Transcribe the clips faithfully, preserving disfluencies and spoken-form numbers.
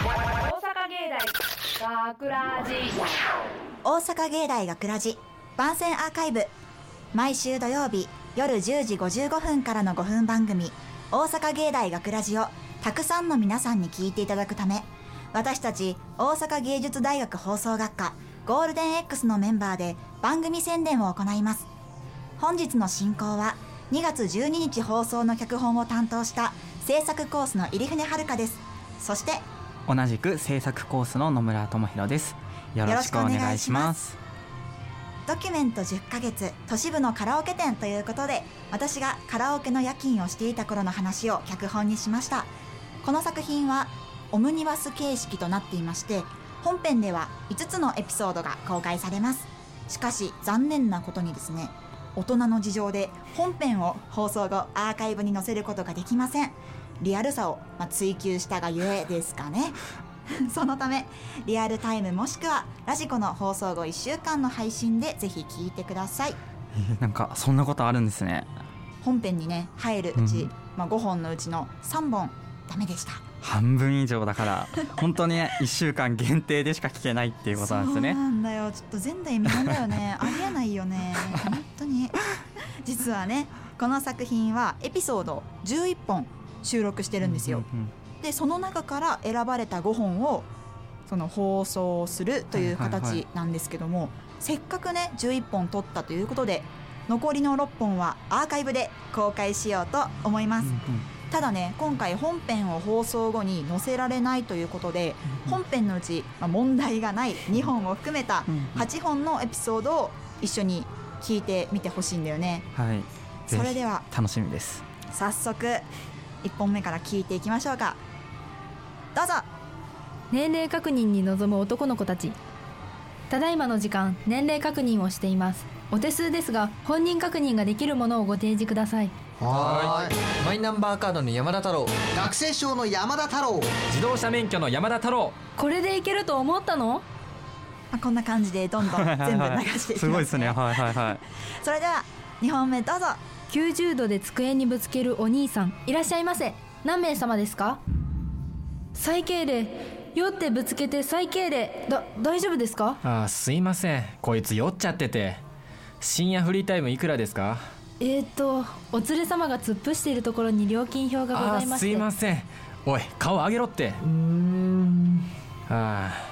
芸大学ラジ大阪芸大学ラジ番宣アーカイブ、毎週土曜日夜じゅうじごじゅうごふんからのごふん番組大阪芸大学ラジをたくさんの皆さんに聞いていただくため、私たち大阪芸術大学放送学科ゴールデン X のメンバーで番組宣伝を行います。本日の進行はにがつじゅうににち放送の脚本を担当した制作コースの入船遥です。そして同じく制作コースの野村智弘です。よろしくお願いします。 ドキュメントじゅっかげつ都市部のカラオケ店ということで、私がカラオケの夜勤をしていた頃の話を脚本にしました。この作品はオムニバス形式となっていまして、本編ではいつつのエピソードが公開されます。しかし残念なことにですね、大人の事情で本編を放送後アーカイブに載せることができません。リアルさを追求したがゆえですかねそのためリアルタイムもしくはラジコの放送後いっしゅうかんの配信でぜひ聞いてください。 えー、なんかそんなことあるんですね。 本編にね入るうち、 うんまあ、ごほんのうちのさんぼんダメでした。 半分以上だから本当に、ね、いっしゅうかん限定でしか聞けないっていうことなんですね。 そうなんだよ、ちょっと前代未聞だよねありえないよね本当に実はね、この作品はエピソードじゅういっぽん収録してるんですよ、 うんうんうん、 でその中から選ばれたごほんをその放送するという形なんですけども、はいはいはい、せっかくねじゅういっぽん撮ったということで残りのろっぽんはアーカイブで公開しようと思います、うんうん、ただね今回本編を放送後に載せられないということで、うんうん、本編のうち、まあ、問題がないにほんを含めたはっぽんのエピソードを一緒に聞いてみてほしいんだよね、 はい、 それでは楽しみです。 早速いっぽんめから聞いていきましょうか。どうぞ。 年齢確認に臨む男の子たち。ただいまの時間、年齢確認をしています。お手数ですが本人確認ができるものをご提示ください。 はーい。マイナンバーカードの山田太郎、 学生証の山田太郎、 自動車免許の山田太郎。 これでいけると思ったの？ まあ、こんな感じでどんどん全部流していきますねすごいですね。はいはいはい。 それではにほんめどうぞ。 きゅうじゅうどで机にぶつけるお兄さん、いらっしゃいませ。何名様ですか？最敬礼。酔ってぶつけて最敬礼。だ、大丈夫ですか？ あ、すいません、こいつ酔っちゃってて。深夜フリータイムいくらですか？ えーとお連れ様が突っ伏しているところに料金表がございまして。 あ、すいません。おい、顔上げろって。うーん、はあ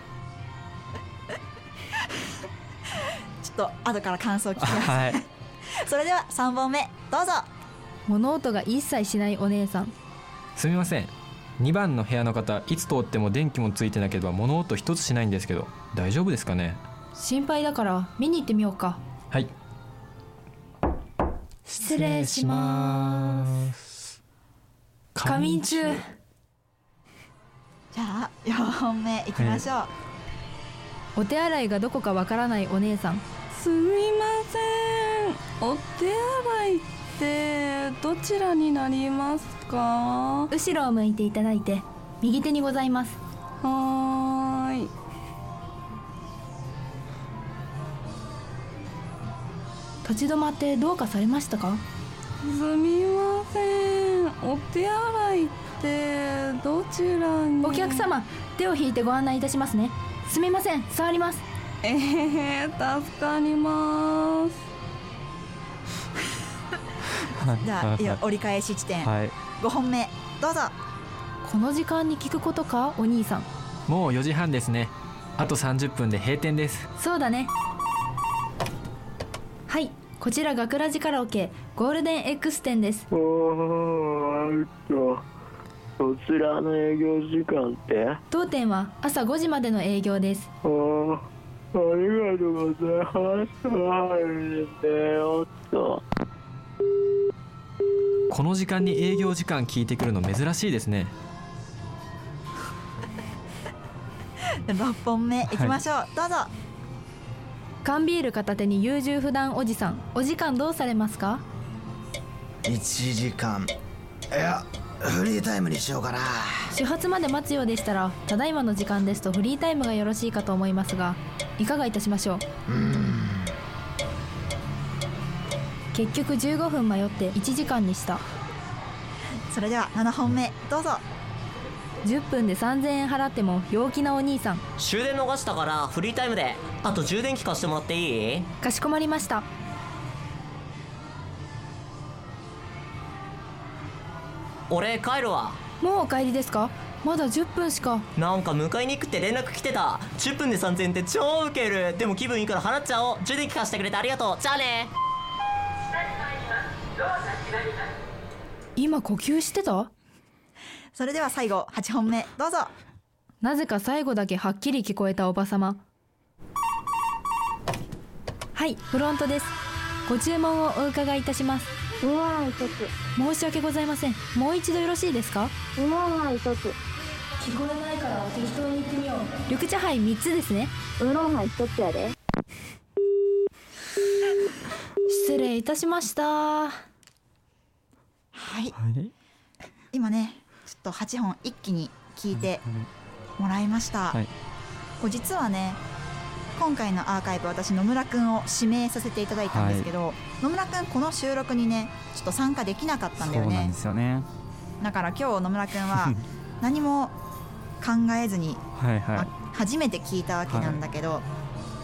ちょっと後から感想聞きます、 はい、 それではさんぼんめどうぞ。 物音が一切しないお姉さん。 すみません、にばんの部屋の方、いつ通っても電気もついてなければ物音一つしないんですけど、大丈夫ですかね？ 心配だから見に行ってみようか。 はい、 失礼します。仮眠中。 じゃあよんほんめいきましょう、はい、 お手洗いがどこかわからないお姉さん。 すみません、お手洗いってどちらになりますか？ 後ろを向いていただいて右手にございます。 はーい。 立ち止まってどうかされましたか？ すみません、お手洗いってどちらに？ お客様、手を引いてご案内いたしますね。すみません、触ります。 えー、助かりますじゃあ折り返し地点、はい、ごほんめどうぞ。 この時間に聞くことかお兄さん。 もうよじはんですね。あとさんじゅっぷんで閉店です。 そうだね。はい、こちら学ラジカラオケゴールデン X 店です。 おーっとこちらの営業時間って？ 当店は朝ごじまでの営業です。 あー、ありがとうございます。はいね、おっとこの時間に営業時間聞いてくるの珍しいですねろっぽんめいきましょう、はい、どうぞ。 缶ビール片手に優柔不断おじさん。お時間どうされますか？ いちじかん、いやフリータイムにしようかな。 始発まで待つようでしたらただいまの時間ですとフリータイムがよろしいかと思いますが、いかがいたしましょう？ うーん、 結局じゅうごふん迷っていちじかんにした。 それではななほんめどうぞ。 じゅっぷんでさんぜんえん払っても陽気なお兄さん。 終電逃したからフリータイムであと充電器貸してもらっていい？ かしこまりました。 俺帰るわ。 もうお帰りですか？まだじゅっぷんしか。 なんか迎えに行くって連絡来てた。じゅっぷんでさんぜんえんって超ウケる。でも気分いいから払っちゃおう。充電器貸してくれてありがとう。じゃあね。 今呼吸してた？ それでは最後はちほんめどうぞ。 なぜか最後だけはっきり聞こえたおばさま。はい、フロントです。ご注文をお伺いいたします。 うわー一つ。 申し訳ございません。もう一度よろしいですか？ うわー一つ。 聞こえないから適当に言ってみよう。緑茶杯みっつですね。 ウーロンハイ一つやで。 失礼いたしました。はい、はい、今ねちょっとはちほん一気に聞いてもらいました、はい、これ実はね今回のアーカイブ私野村くんを指名させていただいたんですけど、はい、野村くんこの収録にねちょっと参加できなかったんだよね。 そうなんですよね。 だから今日野村くんは何も考えずにはい、はい、初めて聞いたわけなんだけど、はい、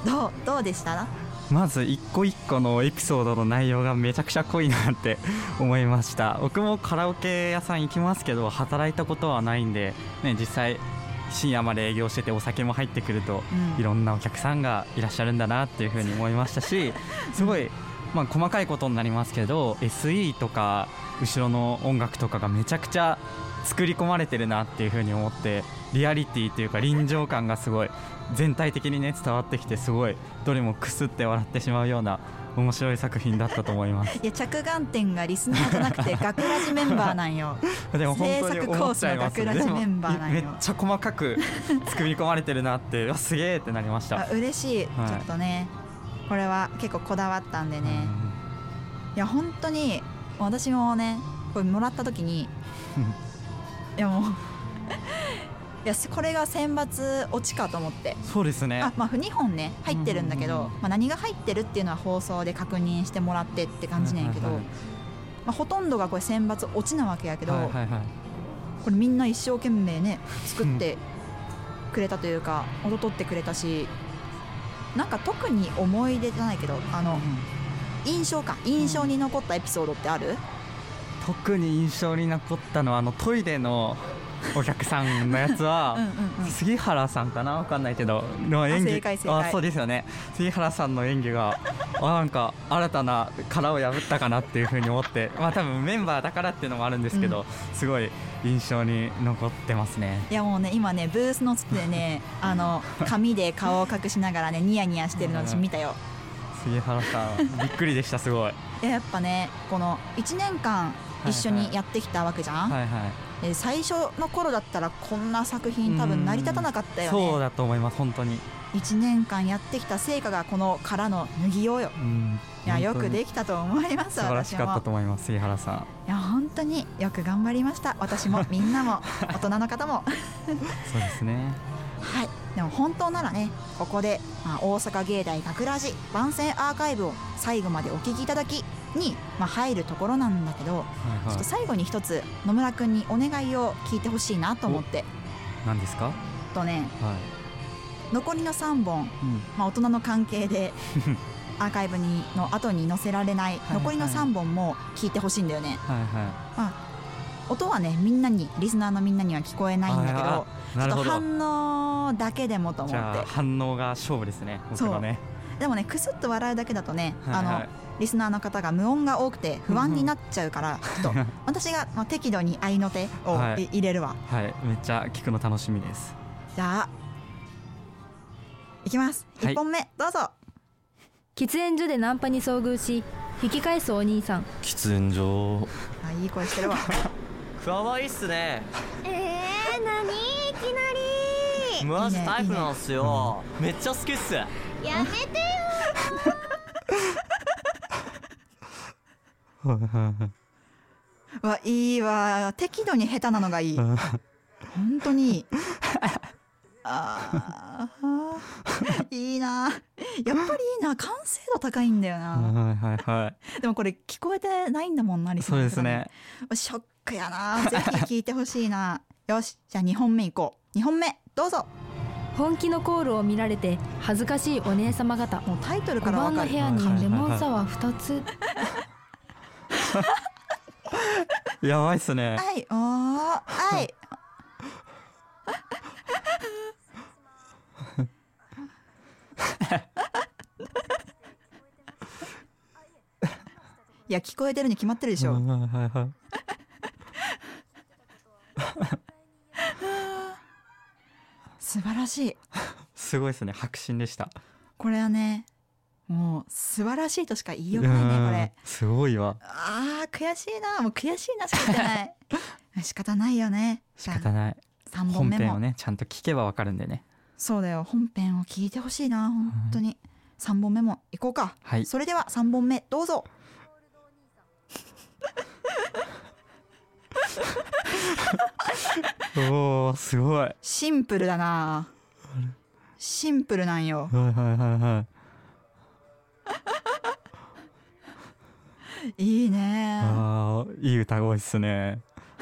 どうどうでした？ まず一個一個のエピソードの内容がめちゃくちゃ濃いなって思いました。僕もカラオケ屋さん行きますけど働いたことはないんで、ね、実際深夜まで営業しててお酒も入ってくると、うん、いろんなお客さんがいらっしゃるんだなっていうふうに思いましたし、すごい、まあ、細かいことになりますけど エスイー とか後ろの音楽とかがめちゃくちゃ作り込まれてるなっていうふうに思って、リアリティというか臨場感がすごい全体的にね伝わってきて、すごいどれもクスって笑ってしまうような面白い作品だったと思います。 いや着眼点がリスナーじゃなくて学ラジメンバーなんよ。 でも本当に思っちゃいます。 制作コースの学ラジメンバーなんよ。 めっちゃ細かく作り込まれてるなってすげーってなりました。 あ嬉しい、はい、ちょっとねこれは結構こだわったんでね、いや本当に私もねこれもらった時にいやもういやこれが選抜落ちかと思って。 そうですね。 あ、まあ、にほんね入ってるんだけど、まあ、何が入ってるっていうのは放送で確認してもらってって感じなんやけど、はいはいはい、まあ、ほとんどがこれ選抜落ちなわけやけど、はいはいはい、これみんな一生懸命ね作ってくれたというか踊取ってくれたし、なんか特に思い出じゃないけどあの、うん、印象か印象に残ったエピソードってある？うん、 特に印象に残ったのはあのトイレのお客さんのやつはうんうん、うん、杉原さんかな分かんないけどの演技、 正解正解。 あ、そうですよね。杉原さんの演技があなんか新たな殻を破ったかなっていう風に思って、まあ多分メンバーだからっていうのもあるんですけど、うん、すごい印象に残ってますね。 いやもうね今ねブースの外でねあの紙で顔を隠しながらねニヤニヤしてるの私見たよ。 杉原さんびっくりでしたすごい。 いややっぱねこのいちねんかん一緒にやってきたわけじゃん、はいはいはい、最初の頃だったらこんな作品多分成り立たなかったよね。 そうだと思います本当に。 いちねんかんやってきた成果がこの殻の脱ぎようよ。うん、いやよくできたと思います。 素晴らしかったと思います杉原さん。 いや本当によく頑張りました。私もみんなも大人の方もそうですね。 はい、でも本当ならねここで、まあ、大阪芸大学ラジ番宣アーカイブを最後までお聞きいただきに、まあ、入るところなんだけど、はいはい、ちょっと最後に一つ野村くんにお願いを聞いてほしいなと思って。 何ですか？ とね、はい、残りのさんぼん、うんまあ、大人の関係でアーカイブにの後に載せられない残りのさんぼんも聞いてほしいんだよね。はいはい、まあ、音はねみんなにリスナーのみんなには聞こえないんだけど、ちょっと反応だけでもと思って。じゃあ反応が勝負ですね僕はね。 でもねクスッと笑うだけだとね、はいはい、あのリスナーの方が無音が多くて不安になっちゃうから、ちょっと私がまあ適度に合いの手を、はい、入れるわ。 はい、めっちゃ聞くの楽しみです。 じゃあいきます、はい、いっぽんめどうぞ。 喫煙所でナンパに遭遇し引き返すお兄さん。 喫煙所あいい声してるわかわいいっすね。 えー、なにいきなりマジタイプなんすよ、いいね、めっちゃ好きっす。 やめてよわいいわ適度に下手なのがいい本当にいいあいいなやっぱりいいな完成度高いんだよなはいはいはいでもこれ聞こえてないんだもんなリスナー。 そうですねショックやなぜひ聞いてほしいないよし、じゃあにほんめいこう。にほんめどうぞ。 本気のコールを見られて恥ずかしいお姉様方。 もうタイトルからごばんのわかる。 部屋にレモンサワーふたつ。 やばいっすね。 はい、おー、はい。いや、聞こえてるに決まってるでしょ。 うんはいはい素晴らしい。 すごいですね。迫真でした。 これはね、もう素晴らしいとしか言いようがないね、これ。 すごいわ。 あー、悔しいな。もう悔しいなしか言ってない。仕方ないよね。 仕方ない。 さんぼんめも本編をねちゃんと聞けばわかるんでね。 そうだよ、本編を聞いてほしいな、本当に。さんぼんめも行こうか。 はい。 それではさんぼんめどうぞ。 おー、すごい。 シンプルだな。シンプルなんよ。 はいはいはいはい。 いいね。 あー、いい歌声っすね。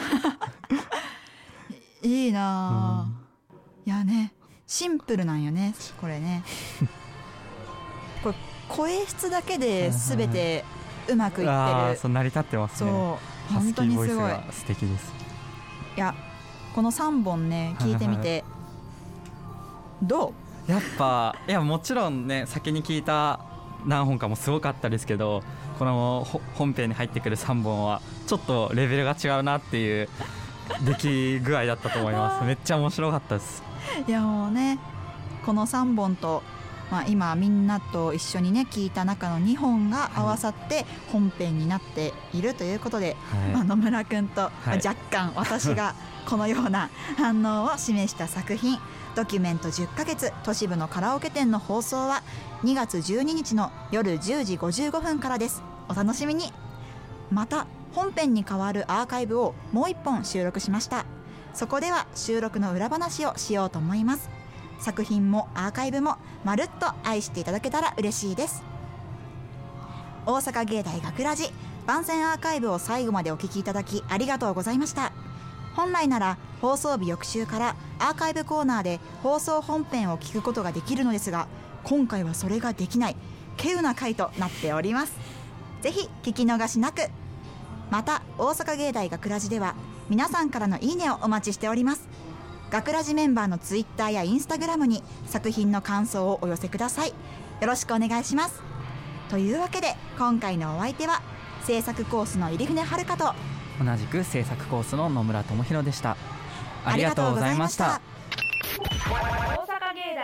いいな、うん、いやね、シンプルなんよね、これね。これ声質だけで全てうまくいってる。 あー、そう成り立ってますね。 そう、本当にすごい。 ハスキーボイスが素敵です。 いや、このさんぼんね聞いてみて、はいはい、どう？やっぱいやもちろんね先に聞いた何本かもすごかったですけど、この本編に入ってくるさんぼんはちょっとレベルが違うなっていう出来具合だったと思います。めっちゃ面白かったです。 いやもうね、このさんぼんと、まあ、今みんなと一緒にね聞いた中のにほんが合わさって本編になっているということで、はい、まあ、野村くんと、はい、まあ、若干私がこのような反応を示した作品ドキュメントじゅっかげつ都市部のカラオケ店の放送はにがつじゅうににちの夜じゅうじごじゅうごふんからです。お楽しみに。また本編に代わるアーカイブをもういっぽん収録しました。そこでは収録の裏話をしようと思います。作品もアーカイブもまるっと愛していただけたら嬉しいです。大阪芸大学ラジ番宣アーカイブを最後までお聞きいただきありがとうございました。本来なら放送日翌週からアーカイブコーナーで放送本編を聞くことができるのですが、今回はそれができない稀有な回となっております。ぜひ聞き逃しなく。また大阪芸大学ラジでは皆さんからのいいねをお待ちしております。学ラジメンバーのツイッターやインスタグラムに作品の感想をお寄せください。よろしくお願いします。というわけで今回のお相手は制作コースの入船遥と同じく制作コースの野村智弘でした。ありがとうございました。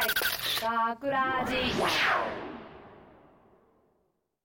大阪芸大学ラジ